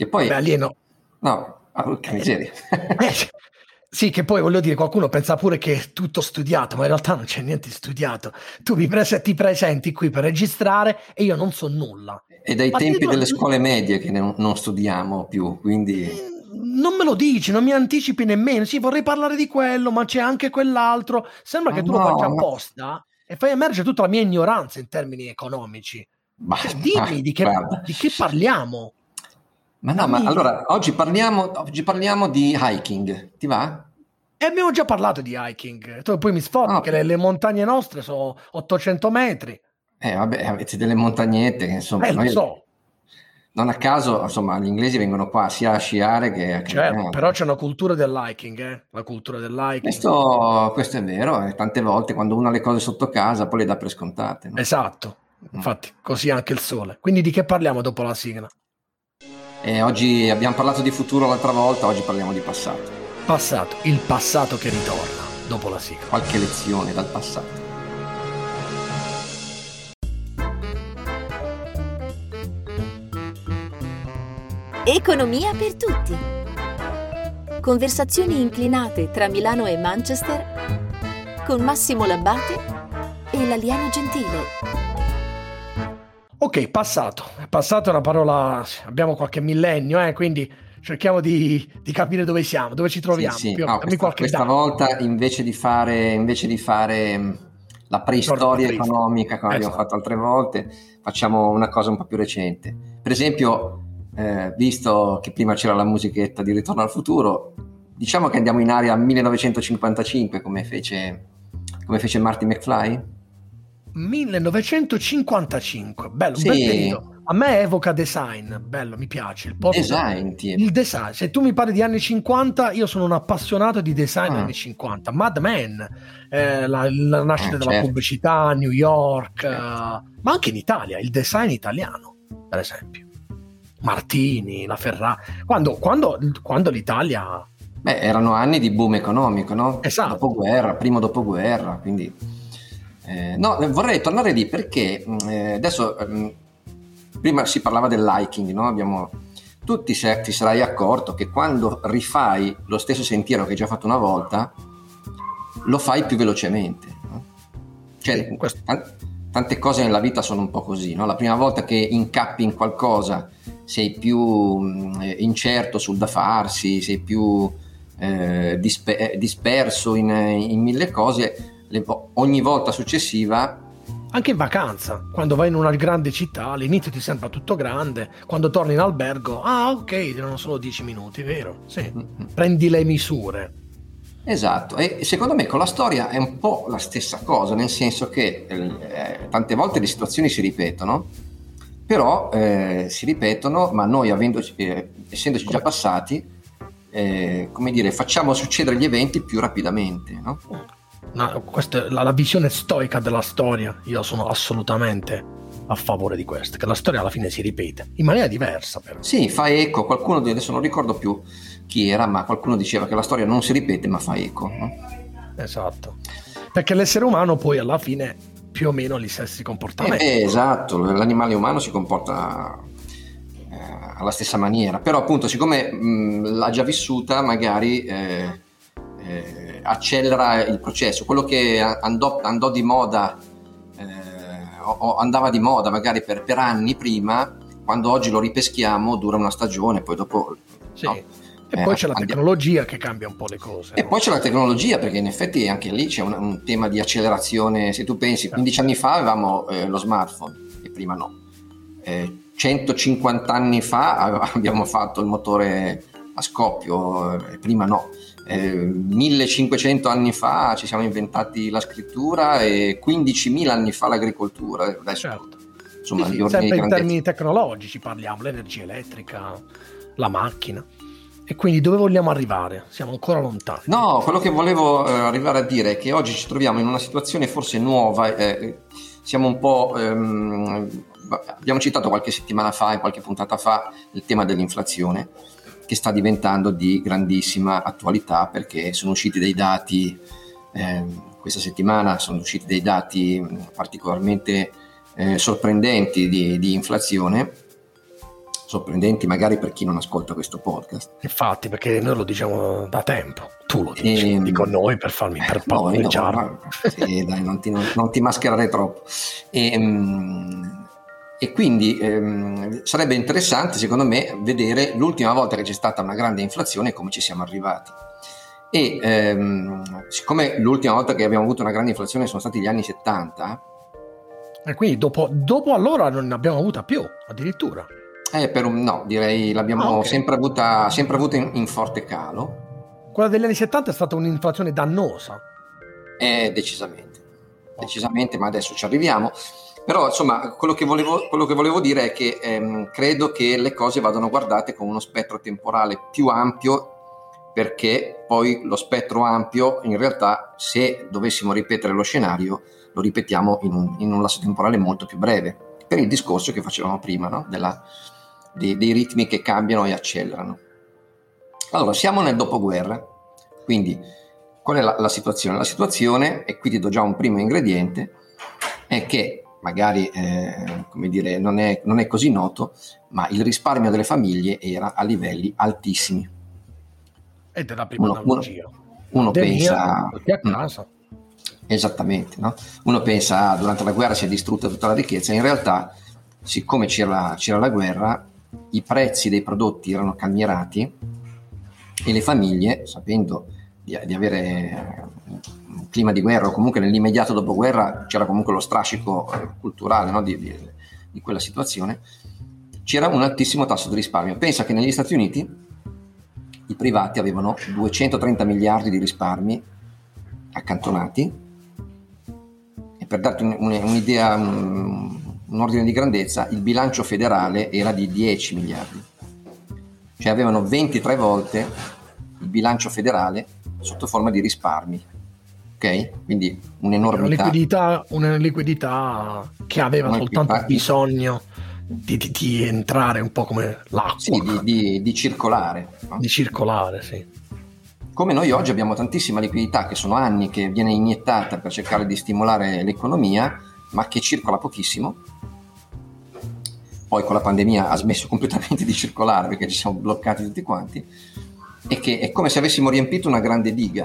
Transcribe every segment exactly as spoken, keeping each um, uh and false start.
Che poi... Beh, alieno. No, porca miseria. Eh, sì, che poi voglio dire, qualcuno pensa pure che è tutto studiato, ma in realtà non c'è niente di studiato. Tu mi prese- ti presenti qui per registrare e io non so nulla. È dai Ma ti tempi dico- delle scuole medie che ne- non studiamo più, quindi... Non me lo dici, non mi anticipi nemmeno. Sì, vorrei parlare di quello, ma c'è anche quell'altro. Sembra Ma che tu lo no, faccia ma- apposta e fai emergere tutta la mia ignoranza in termini economici. ma- Cioè, ma- dimmi di che, guarda. di che parliamo. Ma no, ma Dammi- allora oggi parliamo, oggi parliamo di hiking, ti va? E abbiamo già parlato di hiking. Tu poi mi sfotti No, che le, le montagne nostre sono ottocento metri. eh, vabbè, avete delle montagnette che insomma, Eh, lo noi so, non a caso, insomma, gli inglesi vengono qua sia a sciare che a certo, camminare. però c'è una cultura dell'hiking, eh? La cultura dell'hiking. Questo, questo è vero, e tante volte quando uno ha le cose sotto casa poi le dà per scontate, no? Esatto, infatti, così anche il sole. Quindi di che parliamo dopo la sigla? E oggi abbiamo parlato di futuro l'altra volta, oggi parliamo di passato. Passato, il passato che ritorna dopo la sigla. Qualche lezione dal passato. Economia per tutti. Conversazioni inclinate tra Milano e Manchester con Massimo Labbate e l'alieno gentile. Ok, passato. Passato è una parola, abbiamo qualche millennio, eh, quindi cerchiamo di, di capire dove siamo, dove ci troviamo. Sì, sì. Più- No, dammi questa, qualche questa dato. volta invece di fare, invece di fare mh, la preistoria Torna economica come abbiamo Esatto. fatto altre volte, facciamo una cosa un po' più recente. Per esempio, eh, visto che prima c'era la musichetta di Ritorno al futuro, diciamo che andiamo in area millenovecentocinquantacinque come fece, come fece Marty McFly. millenovecentocinquantacinque, bello, un Sì. bel periodo. A me evoca design, bello, mi piace. Il post- Design, ti- il design. Se tu mi parli di anni cinquanta, io sono un appassionato di design Ah. anni cinquanta. Mad Men, eh, la, la nascita Eh, della certo. pubblicità a New York, Certo. eh, ma anche in Italia, il design italiano, per esempio. Martini, la Ferrari. Quando, quando, quando l'Italia... Beh, erano anni di boom economico, no? Esatto. Dopoguerra, primo dopoguerra, quindi... eh, no, vorrei tornare lì perché mh, eh, adesso... mh, prima si parlava dell'hiking, no? Abbiamo... Tu ti, se- ti sarai accorto che quando rifai lo stesso sentiero che hai già fatto una volta, lo fai più velocemente, no? Cioè, Sì, questo- tan- tante cose nella vita sono un po' così, no? La prima volta che incappi in qualcosa sei più mh, eh, incerto sul da farsi, sei più eh, dispe- eh, disperso in, in mille cose, le vo- ogni volta successiva Anche in vacanza, quando vai in una grande città, all'inizio ti sembra tutto grande, quando torni in albergo, ah ok, erano solo dieci minuti, vero? Sì, prendi le misure. Esatto, e secondo me con la storia è un po' la stessa cosa, nel senso che eh, tante volte le situazioni si ripetono, però eh, si ripetono, ma noi avendoci, eh, essendoci già passati, eh, come dire, facciamo succedere gli eventi più rapidamente, no? No, questa è la, la visione stoica della storia. Io sono assolutamente a favore di questo, che la storia alla fine si ripete in maniera diversa, però. Sì, fa eco, qualcuno, adesso non ricordo più chi era, ma qualcuno diceva che la storia non si ripete ma fa eco, no? Esatto, perché l'essere umano poi alla fine più o meno ha gli stessi Eh comportamenti. beh, esatto, l'animale umano si comporta eh, alla stessa maniera, però appunto siccome mh, l'ha già vissuta magari eh, eh, accelera il processo. Quello che andò, andò di moda eh, o andava di moda magari per, per anni prima, quando oggi lo ripeschiamo dura una stagione, poi dopo Sì. no. E Eh, poi c'è la andiamo- tecnologia che cambia un po' le cose. E no? poi c'è la tecnologia, perché in effetti anche lì c'è un, un tema di accelerazione. Se tu pensi, quindici anni fa avevamo eh, lo smartphone, e prima no. Eh, centocinquanta anni fa ave- abbiamo fatto il motore a scoppio, e prima no. Eh, millecinquecento anni fa ci siamo inventati la scrittura e quindicimila anni fa l'agricoltura. Adesso, Certo. insomma, Sì, gli sì, ordini di sempre in grandezza. termini tecnologici parliamo, l'energia elettrica, la macchina. E quindi dove vogliamo arrivare? Siamo ancora lontani. No, quello che volevo eh, arrivare a dire è che oggi ci troviamo in una situazione forse nuova, eh, siamo un po', ehm, abbiamo citato qualche settimana fa, qualche puntata fa, il tema dell'inflazione, che sta diventando di grandissima attualità perché sono usciti dei dati, ehm, questa settimana sono usciti dei dati mh, particolarmente eh, sorprendenti di, di inflazione, sorprendenti magari per chi non ascolta questo podcast. Infatti, perché noi lo diciamo da tempo, tu lo dici, e, dico noi per farmi per palleggiare. No, no, sì, dai, non ti, non, non ti mascherare troppo. E, um, e quindi um, sarebbe interessante, secondo me, vedere l'ultima volta che c'è stata una grande inflazione e come ci siamo arrivati. E um, siccome l'ultima volta che abbiamo avuto una grande inflazione sono stati gli anni settanta, e quindi dopo, dopo allora non ne abbiamo avuta più, addirittura. Eh, per un, no, direi l'abbiamo ah, okay. sempre avuta, sempre avuta in, in forte calo. Quella degli anni settanta è stata un'inflazione dannosa. Eh, decisamente, okay. decisamente, ma adesso ci arriviamo. Però, insomma, quello che volevo, quello che volevo dire è che ehm, credo che le cose vadano guardate con uno spettro temporale più ampio, perché poi lo spettro ampio, in realtà, se dovessimo ripetere lo scenario, lo ripetiamo in un, in un lasso temporale molto più breve, per il discorso che facevamo prima, no? Della Dei, dei ritmi che cambiano e accelerano. Allora, siamo nel dopoguerra, quindi qual è la, la situazione? La situazione, e qui ti do già un primo ingrediente, è che magari eh, come dire, non è, non è così noto, ma il risparmio delle famiglie era a livelli altissimi. E della prima uno, analogia. Uno, uno pensa... Mia, a casa. Esattamente, no? Uno pensa, ah, durante la guerra si è distrutta tutta la ricchezza, in realtà, siccome c'era, c'era la guerra, i prezzi dei prodotti erano calmierati e le famiglie, sapendo di, di avere un clima di guerra o comunque nell'immediato dopoguerra c'era comunque lo strascico culturale, no, di, di, di quella situazione, c'era un altissimo tasso di risparmio. Pensa che negli Stati Uniti i privati avevano duecentotrenta miliardi di risparmi accantonati, e per darti un, un, un'idea, un, un ordine di grandezza, il bilancio federale era di dieci miliardi, cioè avevano ventitré volte il bilancio federale sotto forma di risparmi, ok? Quindi un'enormità. Una liquidità, una liquidità che aveva una soltanto liquidità, bisogno di, di, di entrare un po' come l'acqua. Sì, di, di, di circolare. No? Di circolare, sì. Come noi oggi abbiamo tantissima liquidità, che sono anni che viene iniettata per cercare di stimolare l'economia, ma che circola pochissimo. Poi con la pandemia ha smesso completamente di circolare perché ci siamo bloccati tutti quanti, e che è come se avessimo riempito una grande diga.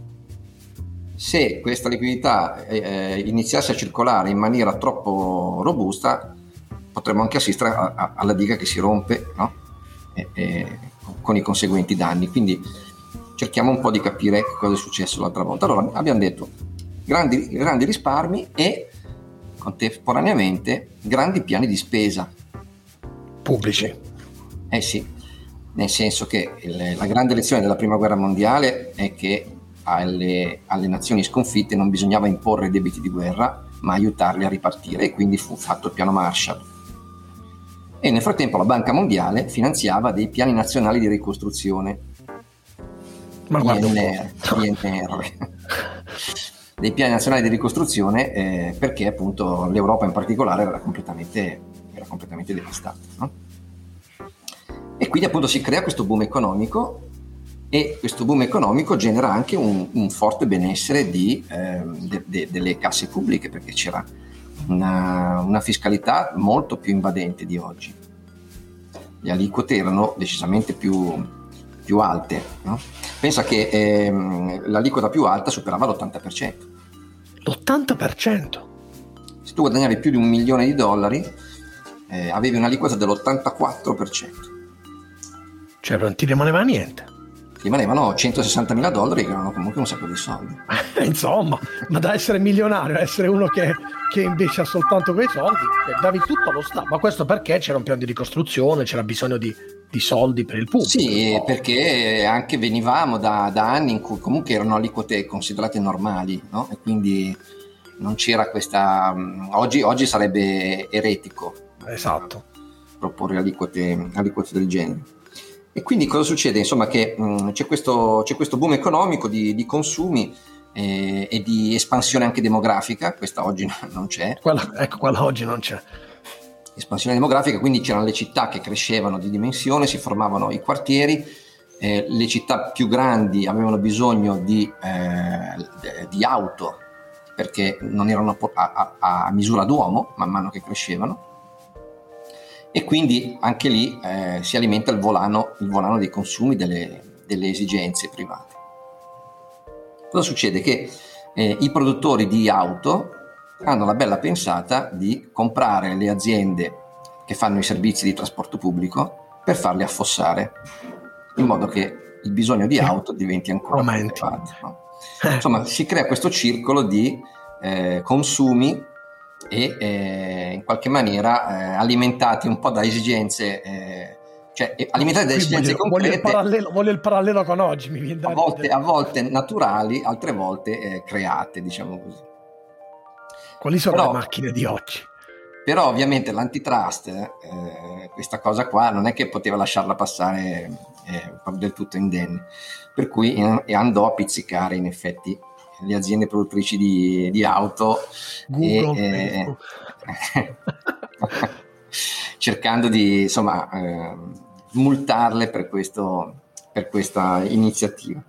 Se questa liquidità eh, iniziasse a circolare in maniera troppo robusta, potremmo anche assistere a, a, alla diga che si rompe, no? e, e, con i conseguenti danni. Quindi cerchiamo un po' di capire cosa è successo l'altra volta. Allora abbiamo detto grandi, grandi risparmi e contemporaneamente grandi piani di spesa pubblici. Eh sì, nel senso che il, la grande lezione della prima guerra mondiale è che alle, alle nazioni sconfitte non bisognava imporre debiti di guerra, ma aiutarle a ripartire, e quindi fu fatto il piano Marshall. E nel frattempo la Banca Mondiale finanziava dei piani nazionali di ricostruzione, ma I N R, I N R. dei piani nazionali di ricostruzione, eh, perché appunto l'Europa in particolare era completamente, era completamente devastata, no? E quindi appunto si crea questo boom economico, e questo boom economico genera anche un, un forte benessere di, eh, de, de, delle casse pubbliche, perché c'era una, una fiscalità molto più invadente di oggi. Le aliquote erano decisamente più, più alte, no? Pensa che ehm, l'aliquota più alta superava l'ottanta per cento. L'ottanta per cento? Se tu guadagnavi più di un milione di dollari, eh, avevi un'aliquota dell'ottantaquattro per cento. Cioè non ti rimaneva niente. Rimanevano centosessantamila dollari, che erano comunque un sacco di soldi. Insomma, ma da essere milionario a essere uno che, che invece ha soltanto quei soldi, davi tutto allo Stato. Ma questo perché c'era un piano di ricostruzione, c'era bisogno di, di soldi per il pubblico. Sì, no? Perché anche venivamo da, da anni in cui comunque erano aliquote considerate normali, no? E quindi non c'era questa... Oggi, oggi sarebbe eretico. Esatto. Proporre aliquote, aliquote del genere. E quindi cosa succede? Insomma che mh, c'è, questo, c'è questo boom economico di, di consumi eh, e di espansione anche demografica. Questa oggi non c'è. Quella, ecco, quella oggi non c'è. Espansione demografica, quindi c'erano le città che crescevano di dimensione, si formavano i quartieri, eh, le città più grandi avevano bisogno di, eh, di auto, perché non erano a, a, a misura d'uomo man mano che crescevano. e quindi anche lì eh, si alimenta il volano, il volano dei consumi, delle, delle esigenze private. Cosa succede? Che eh, i produttori di auto hanno la bella pensata di comprare le aziende che fanno i servizi di trasporto pubblico per farle affossare, in modo che il bisogno di auto diventi ancora più elevato, no? Insomma, si crea questo circolo di eh, consumi e eh, in qualche maniera eh, alimentati un po' da esigenze, eh, cioè alimentati da esigenze voglio, concrete. Voglio il, parallelo, voglio il parallelo con oggi, mi viene da a volte, a volte naturali, altre volte eh, create, diciamo così. Quali sono Però, le macchine di oggi? Però ovviamente l'antitrust, eh, questa cosa qua non è che poteva lasciarla passare eh, del tutto indenne, per cui eh, andò a pizzicare in effetti le aziende produttrici di, di auto, Google, e, eh, cercando di insomma eh, multarle per, questo, per questa iniziativa.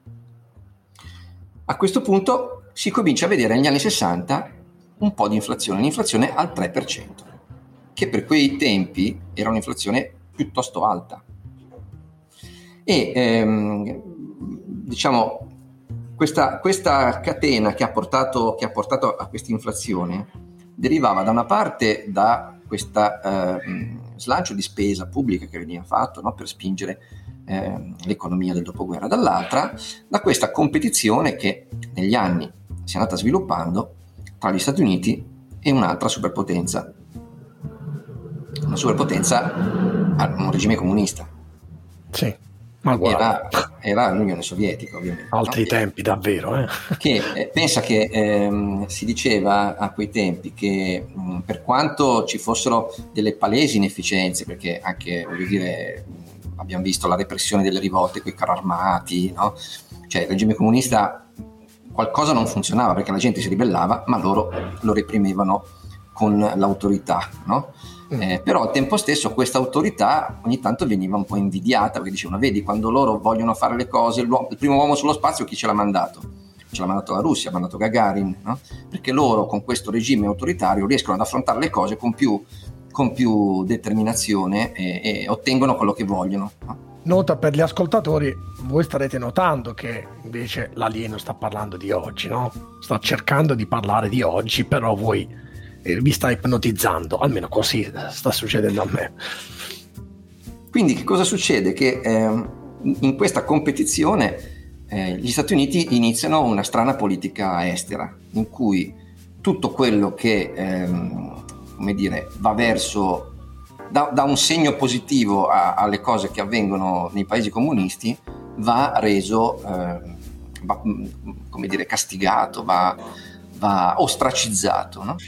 A questo punto si comincia a vedere negli anni sessanta un po' di inflazione, un'inflazione al tre per cento, che per quei tempi era un'inflazione piuttosto alta. E ehm, diciamo questa, questa catena che ha portato, che ha portato a questa inflazione derivava da una parte da questo eh, slancio di spesa pubblica che veniva fatto, no, per spingere eh, l'economia del dopoguerra, dall'altra da questa competizione che negli anni si è andata sviluppando tra gli Stati Uniti e un'altra superpotenza, una superpotenza a un regime comunista. Sì, ma guarda. Era, era l'Unione Sovietica, ovviamente. Altri no? tempi, davvero. Eh? Che eh, pensa che ehm, si diceva a quei tempi che mh, per quanto ci fossero delle palesi inefficienze, perché anche, voglio dire, mh, abbiamo visto la repressione delle rivolte con i carri armati, no? Cioè il regime comunista qualcosa non funzionava perché la gente si ribellava, ma loro lo reprimevano con l'autorità, no? Mm. Eh, però al tempo stesso questa autorità ogni tanto veniva un po' invidiata, perché dicevano: vedi, quando loro vogliono fare le cose, il primo uomo sullo spazio chi ce l'ha mandato? Ce l'ha mandato la Russia, ha mandato Gagarin, no? Perché loro con questo regime autoritario riescono ad affrontare le cose con più, con più determinazione e, e ottengono quello che vogliono, no? Nota per gli ascoltatori, voi starete notando che invece l'alieno sta parlando di oggi, no? Sta cercando di parlare di oggi, però voi eh, vi sta ipnotizzando, almeno così sta succedendo a me. Quindi che cosa succede? Che eh, in questa competizione eh, gli Stati Uniti iniziano una strana politica estera, in cui tutto quello che ehm, come dire, va verso Da, da un segno positivo a, alle cose che avvengono nei paesi comunisti va reso, eh, va, come dire, castigato, va, va ostracizzato, no?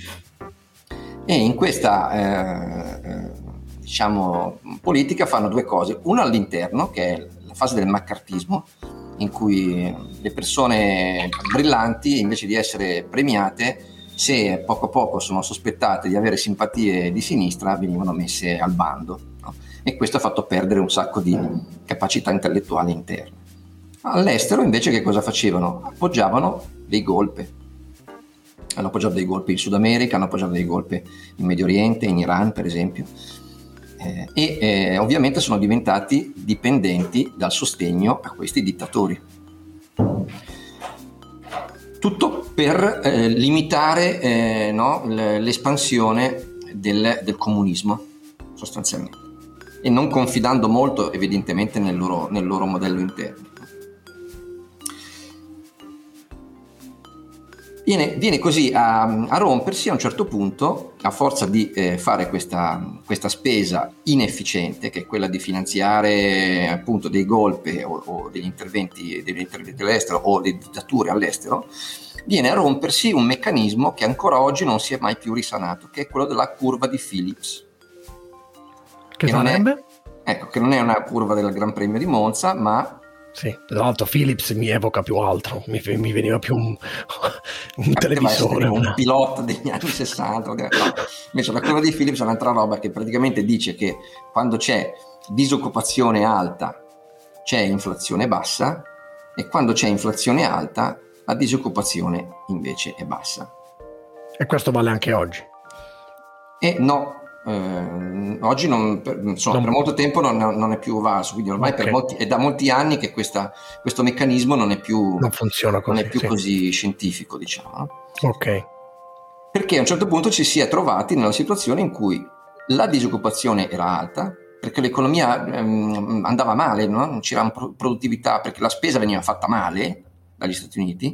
E in questa eh, diciamo politica fanno due cose: una all'interno, che è la fase del maccartismo, in cui le persone brillanti, invece di essere premiate, se poco a poco sono sospettate di avere simpatie di sinistra, venivano messe al bando, no? E questo ha fatto perdere un sacco di capacità intellettuali interne. All'estero invece che cosa facevano? Appoggiavano dei golpe. Hanno appoggiato dei golpi in Sud America, hanno appoggiato dei golpi in Medio Oriente, in Iran per esempio, eh, e eh, ovviamente sono diventati dipendenti dal sostegno a questi dittatori. Tutto per eh, limitare eh, no, l'espansione del, del comunismo, sostanzialmente, e non confidando molto evidentemente nel loro, nel loro modello interno. Viene, viene così a, a rompersi a un certo punto, a forza di eh, fare questa, questa spesa inefficiente, che è quella di finanziare appunto dei golpe o, o degli interventi, degli interventi all'estero o le dittature all'estero. Viene a rompersi un meccanismo che ancora oggi non si è mai più risanato, che è quello della curva di Phillips. Che, che sarebbe? Non è, ecco, che non è una curva del Gran Premio di Monza, ma... Sì, tra l'altro Philips mi evoca più altro, mi, mi veniva più un, un televisore. Un una... pilota degli anni sessanta. No. Invece la curva di Philips è un'altra roba che praticamente dice che quando c'è disoccupazione alta c'è inflazione bassa, e quando c'è inflazione alta la disoccupazione invece è bassa. E questo vale anche oggi? E no, eh, oggi non, per, insomma, non... per molto tempo non, non è più valso, quindi ormai okay. per molti, è da molti anni che questa, questo meccanismo non è più, non funziona così, non è più sì. così scientifico, diciamo. No? Ok. Perché a un certo punto ci si è trovati nella situazione in cui la disoccupazione era alta, perché l'economia ehm, andava male, no? Non c'era pro- produttività, perché la spesa veniva fatta male dagli Stati Uniti,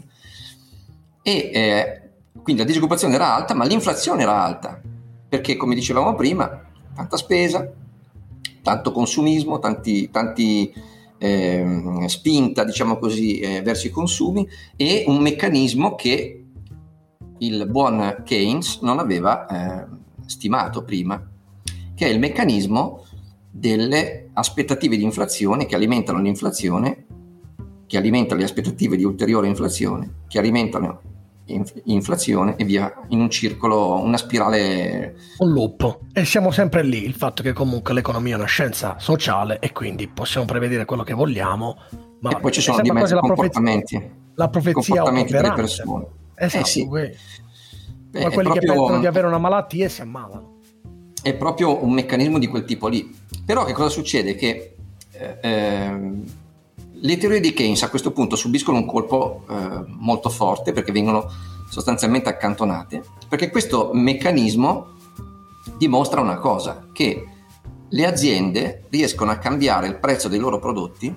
e eh, quindi la disoccupazione era alta, ma l'inflazione era alta, perché come dicevamo prima, tanta spesa, tanto consumismo, tanti, tanti eh, spinta, diciamo così, eh, verso i consumi, e un meccanismo che il buon Keynes non aveva eh, stimato prima, che è il meccanismo delle aspettative di inflazione che alimentano l'inflazione, che alimentano le aspettative di ulteriore inflazione, che alimentano inf- inflazione e via, in un circolo, una spirale, un loop. E siamo sempre lì, il fatto che comunque l'economia è una scienza sociale e quindi possiamo prevedere quello che vogliamo, ma e poi ci sono di mezzo la comportamenti, profezia, la profezia comportamenti delle persone. Esatto, eh sì. que- Beh, ma quelli proprio, che pensano di avere una malattia e si ammalano. È proprio un meccanismo di quel tipo lì. Però che cosa succede? Che eh, ehm, le teorie di Keynes a questo punto subiscono un colpo eh, molto forte, perché vengono sostanzialmente accantonate, perché questo meccanismo dimostra una cosa, che le aziende riescono a cambiare il prezzo dei loro prodotti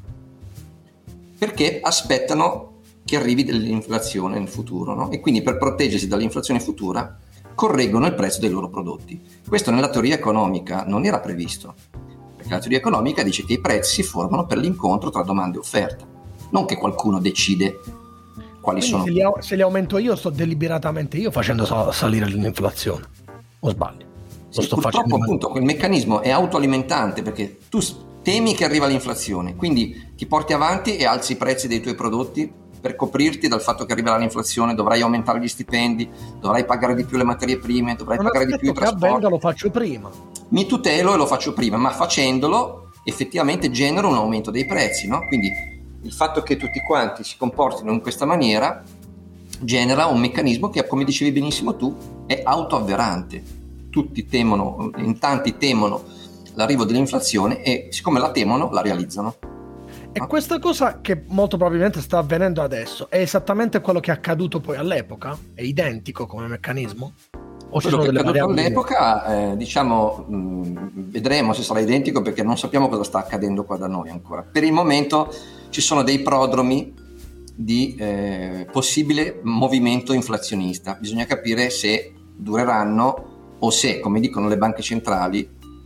perché aspettano che arrivi dell'inflazione nel futuro, no? E quindi per proteggersi dall'inflazione futura correggono il prezzo dei loro prodotti. Questo nella teoria economica non era previsto, perché la teoria economica dice che i prezzi si formano per l'incontro tra domanda e offerta, non che qualcuno decide quali Quindi sono. Se li, se li aumento io, sto deliberatamente io facendo salire l'inflazione, o sbaglio? Lo Sì, sto purtroppo facendo appunto quel meccanismo è autoalimentante, perché tu temi che arriva l'inflazione, quindi ti porti avanti e alzi i prezzi dei tuoi prodotti per coprirti dal fatto che arriverà l'inflazione, dovrai aumentare gli stipendi, dovrai pagare di più le materie prime, dovrai non pagare di più i trasporti. Che avvenga, lo faccio prima. Mi tutelo e lo faccio prima, ma facendolo effettivamente genero un aumento dei prezzi, no? Quindi il fatto che tutti quanti si comportino in questa maniera genera un meccanismo che, come dicevi benissimo tu, è autoavverante. Tutti temono, in tanti temono l'arrivo dell'inflazione e siccome la temono la realizzano. E questa cosa che molto probabilmente sta avvenendo adesso è esattamente quello che è accaduto poi all'epoca? È identico come meccanismo? O ci sono Quello che delle è accaduto variabili? all'epoca, eh, diciamo, mh, vedremo se sarà identico, perché non sappiamo cosa sta accadendo qua da noi ancora. Per il momento ci sono dei prodromi di eh, possibile movimento inflazionista. Bisogna capire se dureranno o se, come dicono le banche centrali,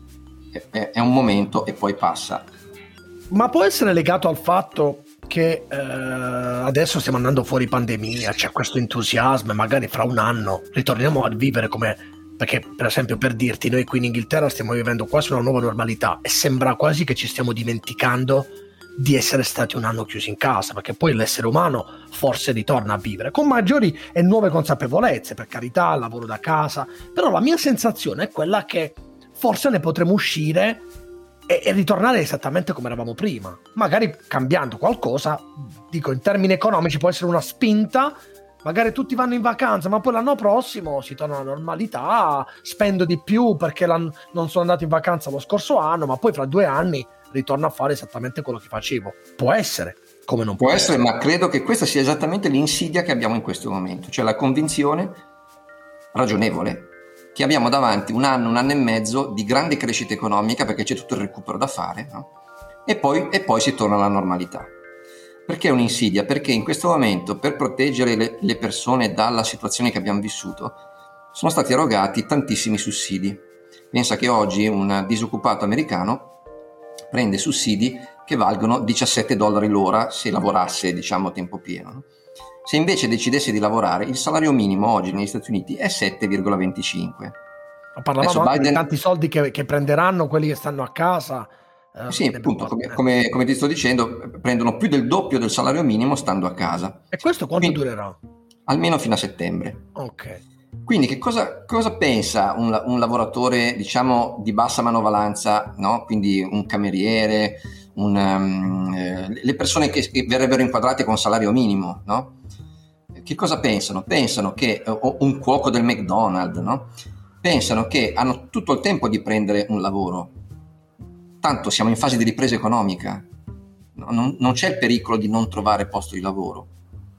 è, è un momento e poi passa. Ma può essere legato al fatto che eh, adesso stiamo andando fuori pandemia, c'è questo entusiasmo e magari fra un anno ritorniamo a vivere come, perché per esempio, per dirti, noi qui in Inghilterra stiamo vivendo quasi una nuova normalità e sembra quasi che ci stiamo dimenticando di essere stati un anno chiusi in casa, perché poi l'essere umano forse ritorna a vivere con maggiori e nuove consapevolezze, per carità, lavoro da casa, però la mia sensazione è quella che forse ne potremo uscire e, e ritornare esattamente come eravamo prima, magari cambiando qualcosa. Dico, in termini economici può essere una spinta, magari tutti vanno in vacanza ma poi l'anno prossimo si torna alla normalità, spendo di più perché non sono andato in vacanza lo scorso anno, ma poi fra due anni ritorno a fare esattamente quello che facevo. Può essere, come non può, può essere, essere, ma credo che questa sia esattamente l'insidia che abbiamo in questo momento, cioè la convinzione ragionevole che abbiamo davanti un anno, un anno e mezzo di grande crescita economica, perché c'è tutto il recupero da fare, no? e, poi, e poi si torna alla normalità. Perché è un'insidia? Perché in questo momento, per proteggere le, le persone dalla situazione che abbiamo vissuto, sono stati erogati tantissimi sussidi. Pensa che oggi un disoccupato americano prende sussidi che valgono diciassette dollari l'ora se lavorasse, diciamo, a tempo pieno, no? Se invece decidesse di lavorare, il salario minimo oggi negli Stati Uniti è sette virgola venticinque. Parlavamo anche Biden... di tanti soldi che, che prenderanno quelli che stanno a casa. Eh, sì, appunto, come, come, come ti sto dicendo, prendono più del doppio del salario minimo stando a casa. E questo quanto Quindi, durerà? Almeno fino a settembre. Ok. Quindi che cosa, cosa pensa un, un lavoratore, diciamo, di bassa manovalanza, no? Quindi un cameriere, un, um, eh, le persone che, che verrebbero inquadrate con salario minimo, no? Che cosa pensano? Pensano che, o un cuoco del McDonald's, no? pensano che hanno tutto il tempo di prendere un lavoro, tanto siamo in fase di ripresa economica, non, non c'è il pericolo di non trovare posto di lavoro,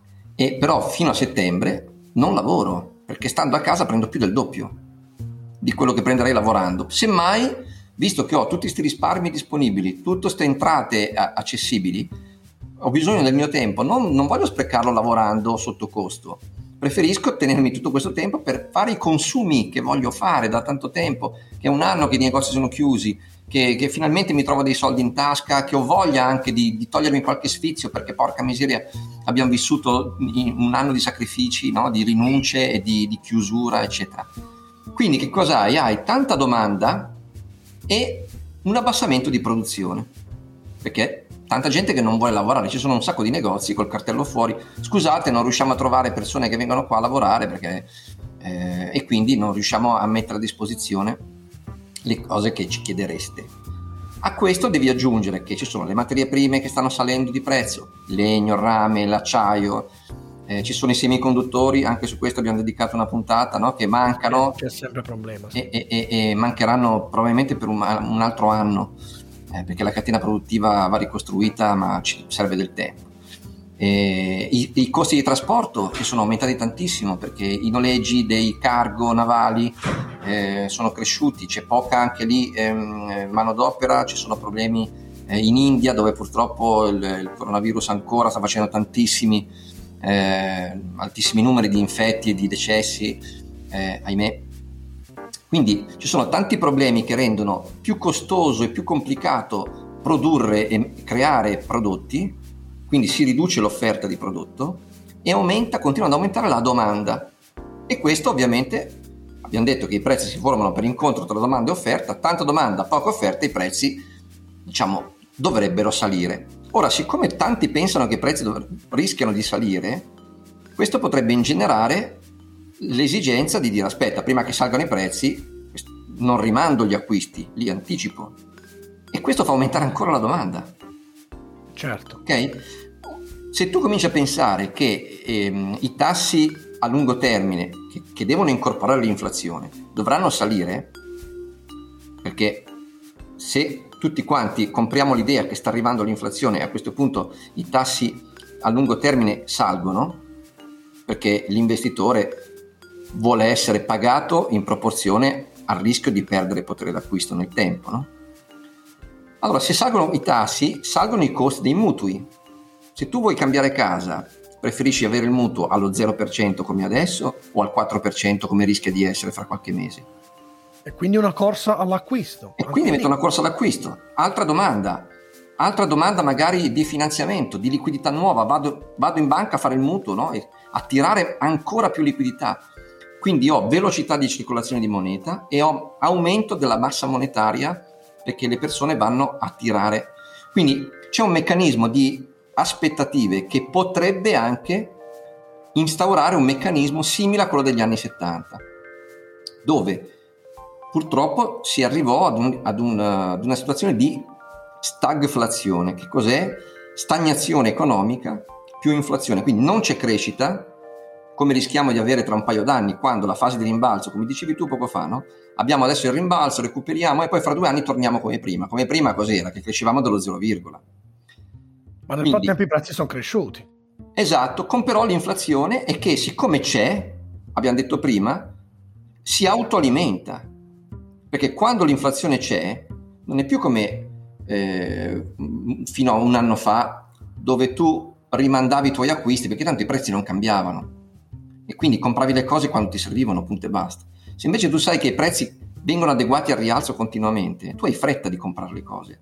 e però fino a settembre non lavoro, perché stando a casa prendo più del doppio di quello che prenderei lavorando. Semmai, visto che ho tutti questi risparmi disponibili, tutte queste entrate a- accessibili, ho bisogno del mio tempo, non, non voglio sprecarlo lavorando sotto costo, preferisco tenermi tutto questo tempo per fare i consumi che voglio fare da tanto tempo, che è un anno che i negozi sono chiusi, che, che finalmente mi trovo dei soldi in tasca, che ho voglia anche di, di togliermi qualche sfizio, perché porca miseria abbiamo vissuto un anno di sacrifici, no? Di rinunce e di, di chiusura, eccetera. Quindi che cosa hai? Hai tanta domanda e un abbassamento di produzione, perché tanta gente che non vuole lavorare, ci sono un sacco di negozi col cartello fuori, scusate non riusciamo a trovare persone che vengano qua a lavorare perché eh, e quindi non riusciamo a mettere a disposizione le cose che ci chiedereste. A questo devi aggiungere che ci sono le materie prime che stanno salendo di prezzo, legno, rame, l'acciaio, eh, ci sono i semiconduttori, anche su questo abbiamo dedicato una puntata, no? Che mancano, c'è sempre problema, sì. e, e, e mancheranno probabilmente per un, un altro anno, eh, perché la catena produttiva va ricostruita, ma ci serve del tempo. Eh, i, i costi di trasporto che sono aumentati tantissimo, perché i noleggi dei cargo navali eh, sono cresciuti, c'è poca anche lì ehm, manodopera, ci sono problemi eh, in India, dove purtroppo il, il coronavirus ancora sta facendo tantissimi eh, altissimi numeri di infetti e di decessi, eh, ahimè. Quindi ci sono tanti problemi che rendono più costoso e più complicato produrre e creare prodotti, quindi si riduce l'offerta di prodotto e aumenta, continua ad aumentare la domanda, e questo ovviamente, abbiamo detto che i prezzi si formano per incontro tra domanda e offerta, tanta domanda, poca offerta, i prezzi, diciamo, dovrebbero salire. Ora, siccome tanti pensano che i prezzi dov- rischiano di salire, questo potrebbe ingenerare l'esigenza di dire aspetta, prima che salgano i prezzi non rimando gli acquisti, li anticipo, e questo fa aumentare ancora la domanda. Certo. Ok? Se tu cominci a pensare che ehm, i tassi a lungo termine che, che devono incorporare l'inflazione dovranno salire, perché se tutti quanti compriamo l'idea che sta arrivando l'inflazione, a questo punto i tassi a lungo termine salgono, perché l'investitore vuole essere pagato in proporzione al rischio di perdere potere d'acquisto nel tempo, no? Allora, se salgono i tassi, salgono i costi dei mutui. Se tu vuoi cambiare casa, preferisci avere il mutuo allo zero per cento come adesso o al quattro per cento come rischia di essere fra qualche mese? E quindi una corsa all'acquisto. E quindi metto una corsa all'acquisto. Altra domanda, altra domanda magari di finanziamento, di liquidità nuova. Vado, vado in banca a fare il mutuo, no? E attirare ancora più liquidità. Quindi ho velocità di circolazione di moneta e ho aumento della massa monetaria, perché le persone vanno a tirare. Quindi c'è un meccanismo di aspettative che potrebbe anche instaurare un meccanismo simile a quello degli anni settanta, dove purtroppo si arrivò ad, un, ad, un, ad una situazione di stagflazione. Che cos'è? Stagnazione economica più inflazione, quindi non c'è crescita, come rischiamo di avere tra un paio d'anni, quando la fase di rimbalzo, come dicevi tu poco fa, no? Abbiamo adesso il rimbalzo, recuperiamo e poi fra due anni torniamo come prima. Come prima cos'era? Che crescevamo dello zero, ma nel Quindi, frattempo i prezzi sono cresciuti. Esatto, con però l'inflazione è che siccome c'è, abbiamo detto prima, si autoalimenta, perché quando l'inflazione c'è non è più come eh, fino a un anno fa, dove tu rimandavi i tuoi acquisti perché tanto i prezzi non cambiavano e quindi compravi le cose quando ti servivano, punto e basta. Se invece tu sai che i prezzi vengono adeguati al rialzo continuamente, tu hai fretta di comprare le cose.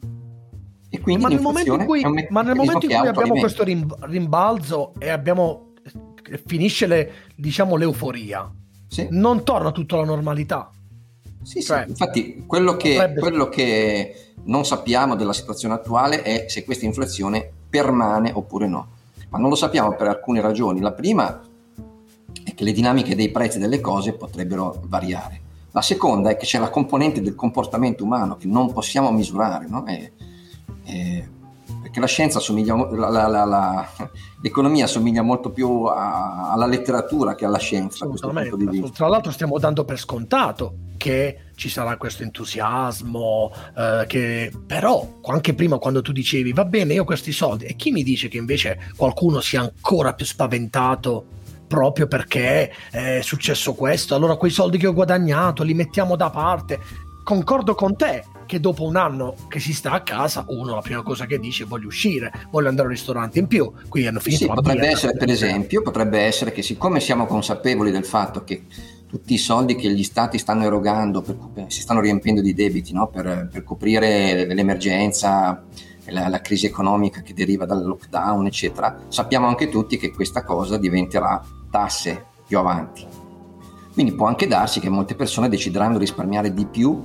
E quindi ma nel momento in cui, me- ma nel momento in cui abbiamo questo rimbalzo e abbiamo finisce le, diciamo l'euforia, sì. Non torna tutto alla normalità. Sì, cioè, sì. Infatti quello che, potrebbe... quello che non sappiamo della situazione attuale è se questa inflazione permane oppure no, ma non lo sappiamo per alcune ragioni. La prima è che le dinamiche dei prezzi delle cose potrebbero variare. La seconda è che c'è la componente del comportamento umano che non possiamo misurare, no? E, e perché la scienza assomiglia, la, la, la, la, l'economia assomiglia molto più a, alla letteratura che alla scienza da questo punto di vista. Tra l'altro stiamo dando per scontato che ci sarà questo entusiasmo, eh, che però anche prima quando tu dicevi va bene io ho questi soldi, e chi mi dice che invece qualcuno sia ancora più spaventato proprio perché è successo questo, allora quei soldi che ho guadagnato li mettiamo da parte. Concordo con te che dopo un anno che si sta a casa, uno la prima cosa che dice voglio uscire, voglio andare al ristorante in più, qui hanno finito sì, la potrebbe birra. essere, per esempio, potrebbe essere che siccome siamo consapevoli del fatto che tutti i soldi che gli stati stanno erogando per, si stanno riempiendo di debiti, no? per, per coprire l'emergenza, la, la crisi economica che deriva dal lockdown eccetera, sappiamo anche tutti che questa cosa diventerà tasse più avanti, quindi può anche darsi che molte persone decideranno di risparmiare di più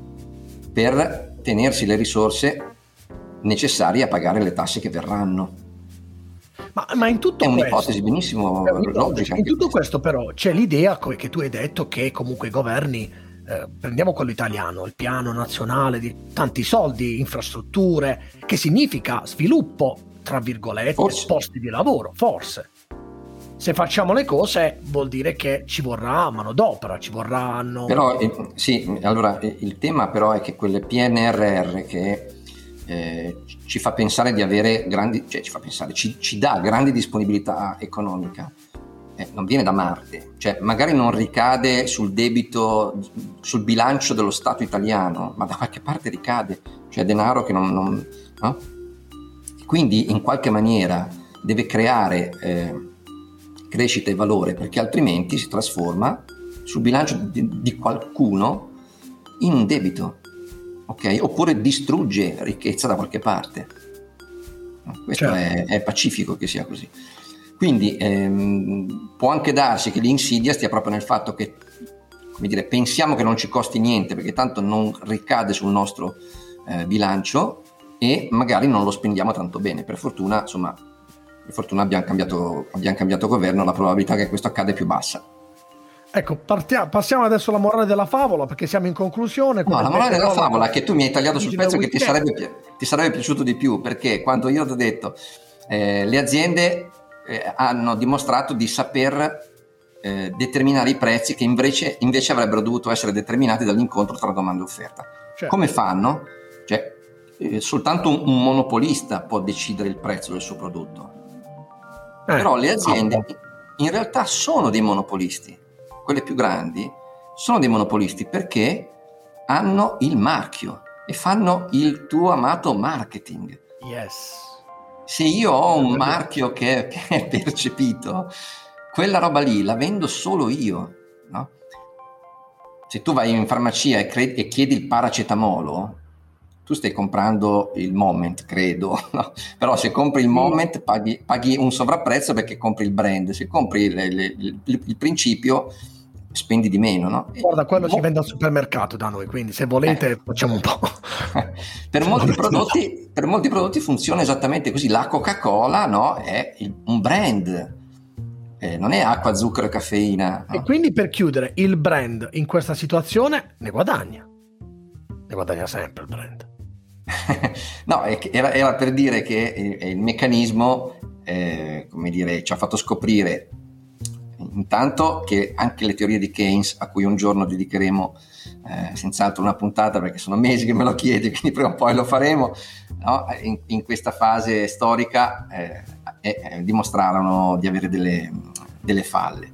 per tenersi le risorse necessarie a pagare le tasse che verranno. Ma, ma in tutto è questo, un'ipotesi benissimo logica. In tutto questo però c'è l'idea che tu hai detto che comunque i governi, eh, prendiamo quello italiano, il piano nazionale di tanti soldi, infrastrutture, che significa sviluppo, tra virgolette, forse. Posti di lavoro, forse. Se facciamo le cose vuol dire che ci vorrà manodopera, ci vorranno... Però eh, sì, allora eh, il tema però è che quel P N R R che eh, ci fa pensare di avere grandi, cioè ci fa pensare, ci, ci dà grandi disponibilità economica, eh, non viene da Marte, cioè magari non ricade sul debito, sul bilancio dello Stato italiano, ma da qualche parte ricade, cioè denaro che non... non no? Quindi in qualche maniera deve creare... Eh, crescita e valore, perché altrimenti si trasforma sul bilancio di, di qualcuno in un debito, ok? Oppure distrugge ricchezza da qualche parte. Questo certo. è, è pacifico che sia così. Quindi ehm, può anche darsi che l'insidia stia proprio nel fatto che, come dire, pensiamo che non ci costi niente perché tanto non ricade sul nostro eh, bilancio e magari non lo spendiamo tanto bene. Per fortuna, insomma, per fortuna abbiamo cambiato, abbiamo cambiato governo, la probabilità che questo accada è più bassa. Ecco, partiamo, passiamo adesso alla morale della favola, perché siamo in conclusione. No, la morale della favola è che tu mi hai tagliato sul pezzo che ti sarebbe, ti sarebbe piaciuto di più, perché quando io ti ho detto eh, le aziende eh, hanno dimostrato di saper eh, determinare i prezzi che invece, invece avrebbero dovuto essere determinati dall'incontro tra domanda e offerta. Certo. Come fanno? Cioè, eh, soltanto un, un monopolista può decidere il prezzo del suo prodotto. Eh, Però le aziende in realtà sono dei monopolisti, quelle più grandi sono dei monopolisti perché hanno il marchio e fanno il tuo amato marketing. Yes. Se io ho un marchio che, che è percepito, quella roba lì la vendo solo io, no? Se tu vai in farmacia e, cre- e chiedi il paracetamolo, tu stai comprando il Moment, credo, no? Però se compri il Moment paghi, paghi un sovrapprezzo perché compri il brand, se compri il, il, il, il principio spendi di meno, no? Guarda, quello si vende al supermercato da noi, quindi se volete eh. facciamo un po'. per, molti prodotti, per molti prodotti funziona esattamente così. La Coca-Cola, no, è il, un brand, eh, non è acqua, zucchero e caffeina. No? E quindi per chiudere, il brand in questa situazione ne guadagna, ne guadagna sempre il brand. No, era, era per dire che il, il meccanismo, eh, come dire, ci ha fatto scoprire intanto che anche le teorie di Keynes, a cui un giorno dedicheremo eh, senz'altro una puntata perché sono mesi che me lo chiedi, quindi prima o poi lo faremo, no? in, in questa fase storica eh, eh, dimostrarono di avere delle, delle falle.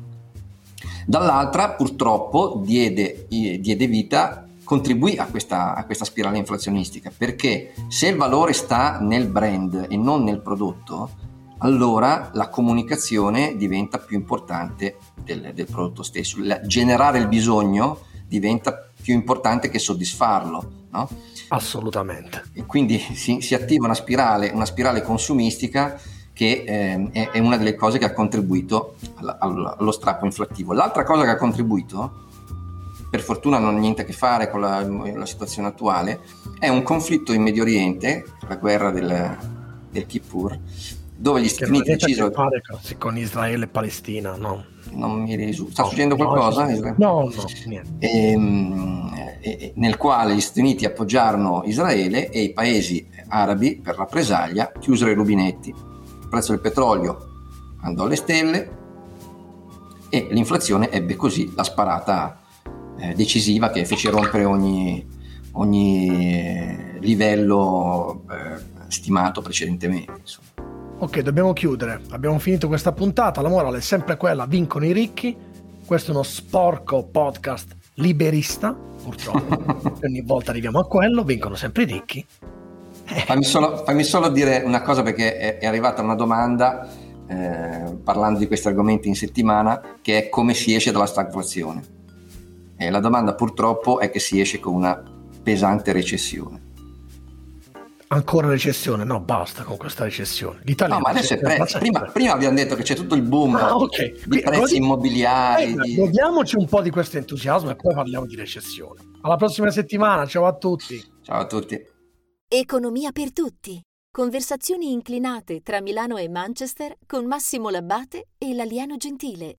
Dall'altra purtroppo diede, diede vita, contribuì a questa, a questa spirale inflazionistica, perché se il valore sta nel brand e non nel prodotto, allora la comunicazione diventa più importante del, del prodotto stesso. La, generare il bisogno diventa più importante che soddisfarlo, no? Assolutamente. E quindi si, si attiva una spirale, una spirale consumistica che eh, è, è una delle cose che ha contribuito alla, allo, allo strappo inflattivo. L'altra cosa che ha contribuito, per fortuna non ha niente a che fare con la, la situazione attuale, è un conflitto in Medio Oriente, la guerra del, del Kippur, dove gli Stati Uniti decisero con Israele e Palestina, no? Non mi risulta. Sta no, succedendo qualcosa? No, no, no niente. E, e, nel quale gli Stati Uniti appoggiarono Israele e i paesi arabi, per rappresaglia, chiusero i rubinetti, il prezzo del petrolio andò alle stelle e l'inflazione ebbe così la sparata eh, decisiva che fece rompere ogni, ogni eh, livello eh, stimato precedentemente, insomma. Ok, dobbiamo chiudere, abbiamo finito questa puntata, la morale è sempre quella, vincono i ricchi. Questo è uno sporco podcast liberista, purtroppo, ogni volta arriviamo a quello, vincono sempre i ricchi. Fammi solo, fammi solo dire una cosa, perché è, è arrivata una domanda eh, parlando di questi argomenti in settimana, che è: come si esce dalla stagflazione? E la domanda purtroppo è che si esce con una pesante recessione. Ancora recessione? No, basta con questa recessione. L'Italia no, ma adesso è prezzo. Prima, prima abbiamo detto che c'è tutto il boom ah, okay. di Quindi, prezzi godi... immobiliari. Eh, di... Godiamoci un po' di questo entusiasmo e poi parliamo di recessione. Alla prossima settimana, ciao a tutti. Ciao a tutti. Economia per tutti. Conversazioni inclinate tra Milano e Manchester con Massimo Labbate e l'alieno Gentile.